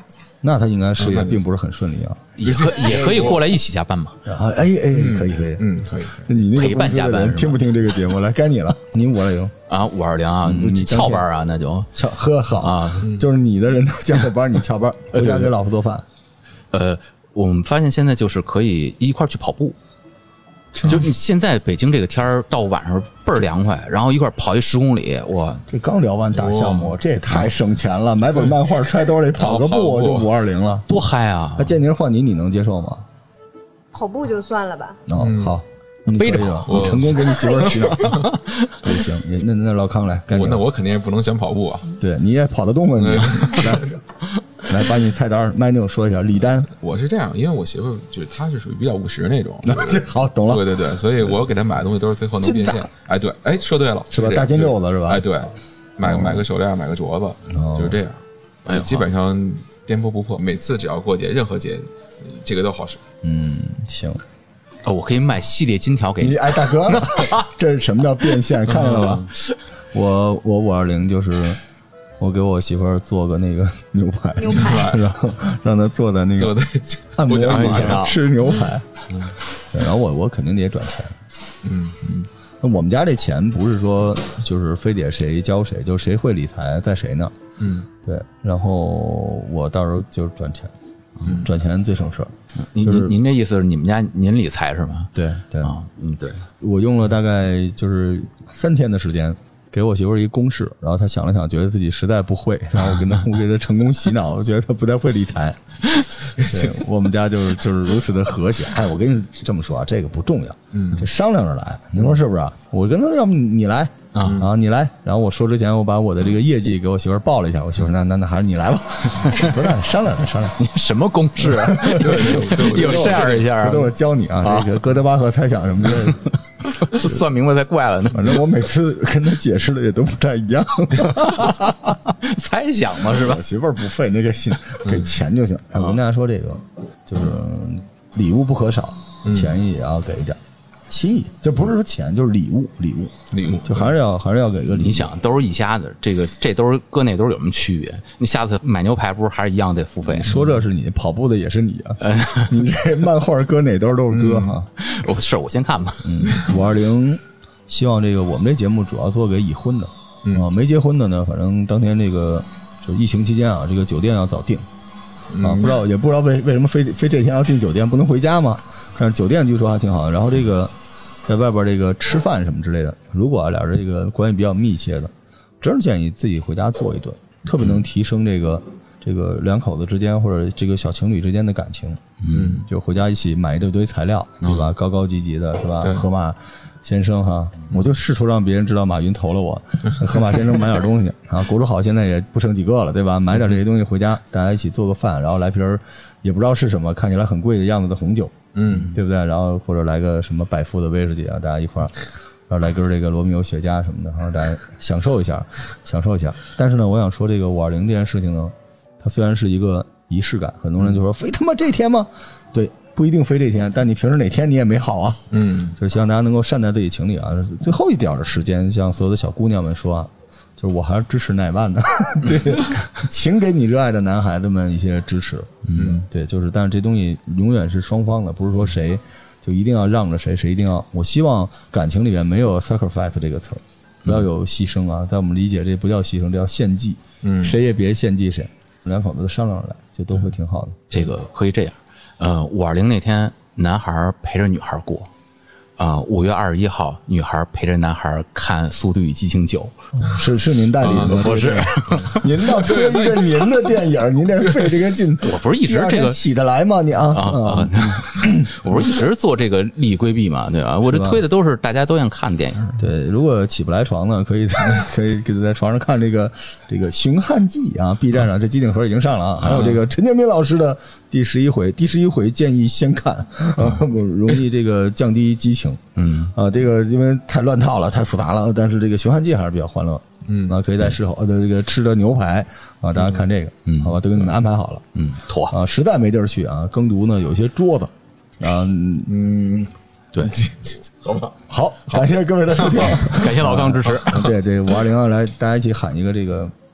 那他应该事业并不是很顺利啊。 也可也可以过来一起加班嘛？ 啊，哎哎，可以可以， 嗯，可以。 你那个陪伴加班听不听这个节目？来，该你了，你五二零啊，五二零啊，你翘班啊，那就翘呵好啊， 就是你的人都加个班，你翘班，回家给老婆做饭。 呃，我们发现现在就是可以一块去跑步。就现在北京这个天儿，到晚上倍儿凉快，然后一块跑一十公里，哇！ 这刚聊完大项目，这也太省钱了，买本漫画揣兜里跑个步就五二零了， 多嗨啊！ 那建宁换你，你能接受吗？ 跑步就算了吧。 哦，好， 背着跑， 我成功给你媳妇儿洗脑。不行，那那老康来， 我那我肯定也不能想跑步啊。 对，你也跑得动吗？你来。来，把你菜单 menu 说一下。李丹， 我是这样，因为我媳妇就是她是属于比较务实那种。 这好，懂了。 对对对，所以我给她买的东西都是最后能变现。哎，对，哎，说对了， 是吧？大金柚子是吧？ 哎，对，买个买个手链，买个镯子，就是这样。哎，基本上颠簸不破。每次只要过节，任何节，这个都好使。 嗯，行。 哦，我可以卖系列金条给你。 哎，大哥，这是什么叫变现？看见了吧？我我五二零就是。我给我媳妇儿做个那个牛排， 牛排， 然后让她坐在那个按摩椅上吃牛排。嗯，然后我我肯定得赚钱。 嗯嗯，那我们家这钱不是说就是非得谁教谁，就谁会理财在谁那儿。 嗯， 对，然后我到时候就是赚钱， 嗯， 赚钱最省事儿。 您您您这意思是你们家您理财是吗？ 对对啊，嗯对， 我用了大概就是三天的时间。给我媳妇儿一公式，然后她想了想，觉得自己实在不会，然后我跟她，我给她成功洗脑，我觉得她不太会理财。我们家就是就是如此的和谐。哎，我跟你这么说啊，这个不重要，嗯，这商量着来，你说是不是？我跟她说，要不你来啊啊，你来。然后我说之前，我把我的这个业绩给我媳妇儿报了一下，我媳妇儿那那那还是你来吧，不是商量着商量。 你什么公式啊？有 share 一下， 回头我教你啊，这个哥德巴赫猜想什么的。 这算明白才怪了呢。 反正我每次跟他解释的也都不太一样。 猜想嘛是吧？ 我媳妇儿不费那个心，给钱就行。我跟大家说这个，就是礼物不可少，钱也要给一点。心意，这不是说钱，就是礼物，礼物， 礼物， 就还是要还是要给个礼物。 你想，都是一家子，这个这都是搁那都是有什么区别？你下次买牛排不是还是一样得付费？ 说这是你跑步的也是你啊，你这漫画搁哪兜都是哥哈。 我是我先看吧。 嗯，五二零，希望这个我们这节目主要做给已婚的，啊，没结婚的呢，反正当天这个就疫情期间啊，这个酒店要早订啊，不知道也不知道为为什么非非这天要订酒店，不能回家吗？但是酒店据说还挺好的，然后这个在外边这个吃饭什么之类的，如果俩人这个关系比较密切的，真是建议自己回家做一顿，特别能提升这个这个两口子之间或者这个小情侣之间的感情。嗯，就回家一起买一堆堆材料，对吧？高高级级的是吧？河马先生哈，我就试图让别人知道马云投了我，河马先生买点东西啊，国主好现在也不剩几个了，对吧？买点这些东西回家，大家一起做个饭，然后来瓶也不知道是什么，看起来很贵的样子的红酒。嗯，对不对？然后或者来个什么百富的威士忌啊，大家一块儿，然后来根这个罗密欧雪茄什么的，然后大家享受一下，享受一下。但是呢，我想说这个五二零这件事情呢，它虽然是一个仪式感，很多人就说非他妈这天吗？对，不一定非这天，但你平时哪天你也没好啊。嗯，就是希望大家能够善待自己情侣啊。最后一点的时间，向所有的小姑娘们说啊。就是我还是支持乃万的，对，请给你热爱的男孩子们一些支持，嗯，对，就是，但是这东西永远是双方的，不是说谁就一定要让着谁，谁一定要。我希望感情里面没有 sacrifice 这个词儿，不要有牺牲啊，在我们理解这不叫牺牲，这叫献祭，嗯，谁也别献祭谁，两口子商量着来，就都会挺好的。 这个可以这样，呃，五二零那天，男孩陪着女孩过。啊，五、呃、月二十一号，女孩陪着男孩看《速度与激情九》， 是是您代理的吗？ 不是， 您倒推一个您的电影，您这费这个劲， 我不是一直这个起得来吗？你啊啊啊！我不是一直做这个利益规避嘛，对吧？我这推的都是大家都想看电影。 对，如果起不来床呢，可以可以给在床上看这个这个《寻汉记》啊 ，B 站上这机顶盒已经上了啊，还有这个陈建斌老师的第十一回，第十一回建议先看，啊，容易这个降低激情。嗯啊，这个因为太乱套了，太复杂了，但是这个《寻汉记》还是比较欢乐。嗯，啊，可以在事后的这个吃的牛排啊，大家看这个，嗯，好吧，都给你们安排好了。 嗯，妥啊，实在没地儿去啊，耕读呢有些桌子啊，嗯， 对， 好吧， 好，感谢各位的收听， 感谢老康支持。 对对，五二零来大家一起喊一个这个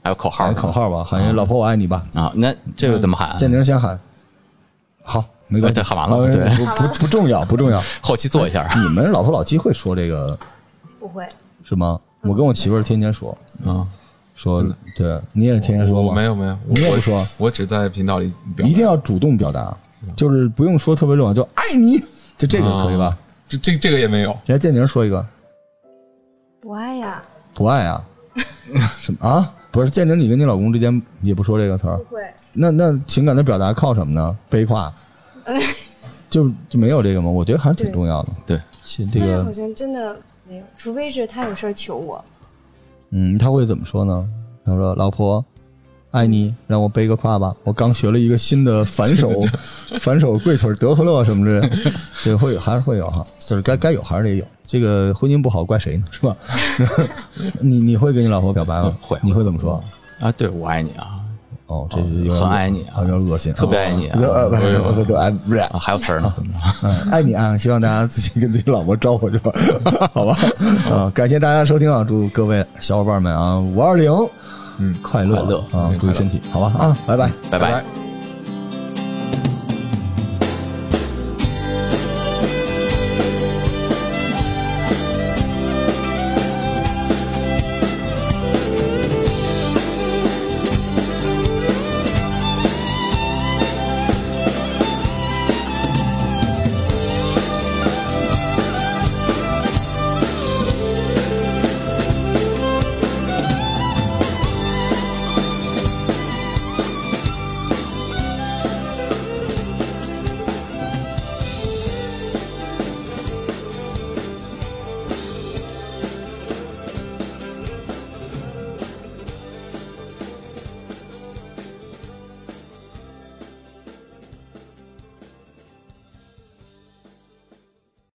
还有口号， 喊口号吧，喊一老婆我爱你吧。 啊，那这个怎么喊？ 建宁先喊。好，没关系， 喊完了，对， 不不不重要，不重要。 后期做一下。 你们老夫老妻会说这个？ 不会。 是吗？我跟我媳妇儿天天说。 啊。 说对，你也天天说吗？ 我没有没有， 你也不说， 我只在频道里表达。 一定要主动表达，就是不用说特别重要，就爱你，就这个可以吧？ 这这这个也没有。 来，建宁说一个， 不爱呀， 不爱呀，什么啊？不是建宁，你跟你老公之间也不说这个词儿？ 不会。 那那情感的表达靠什么呢？悲夸，就就没有这个吗？我觉得还是挺重要的。 对， 这个好像真的没有，除非是他有事求我。 嗯，他会怎么说呢？他说：“老婆，爱你，让我背个胯吧。我刚学了一个新的反手，反手跪腿德和乐什么之类的，这个会有还是会有哈，就是该该有还是得有。这个婚姻不好怪谁呢？是吧？你你会跟你老婆表白吗？ 嗯、会。 你会怎么说啊？对，我爱你啊。 哦，这是有很爱你啊， 有点恶心， 特别爱你啊。 呃，不不不，爱不是还有词儿呢。 嗯，爱你啊！希望大家自己跟自己老婆招呼去吧，好吧？啊，感谢大家收听啊！祝各位小伙伴们啊，五二零， 嗯， 快乐快乐啊！注意身体，好吧？啊，拜拜， 拜拜。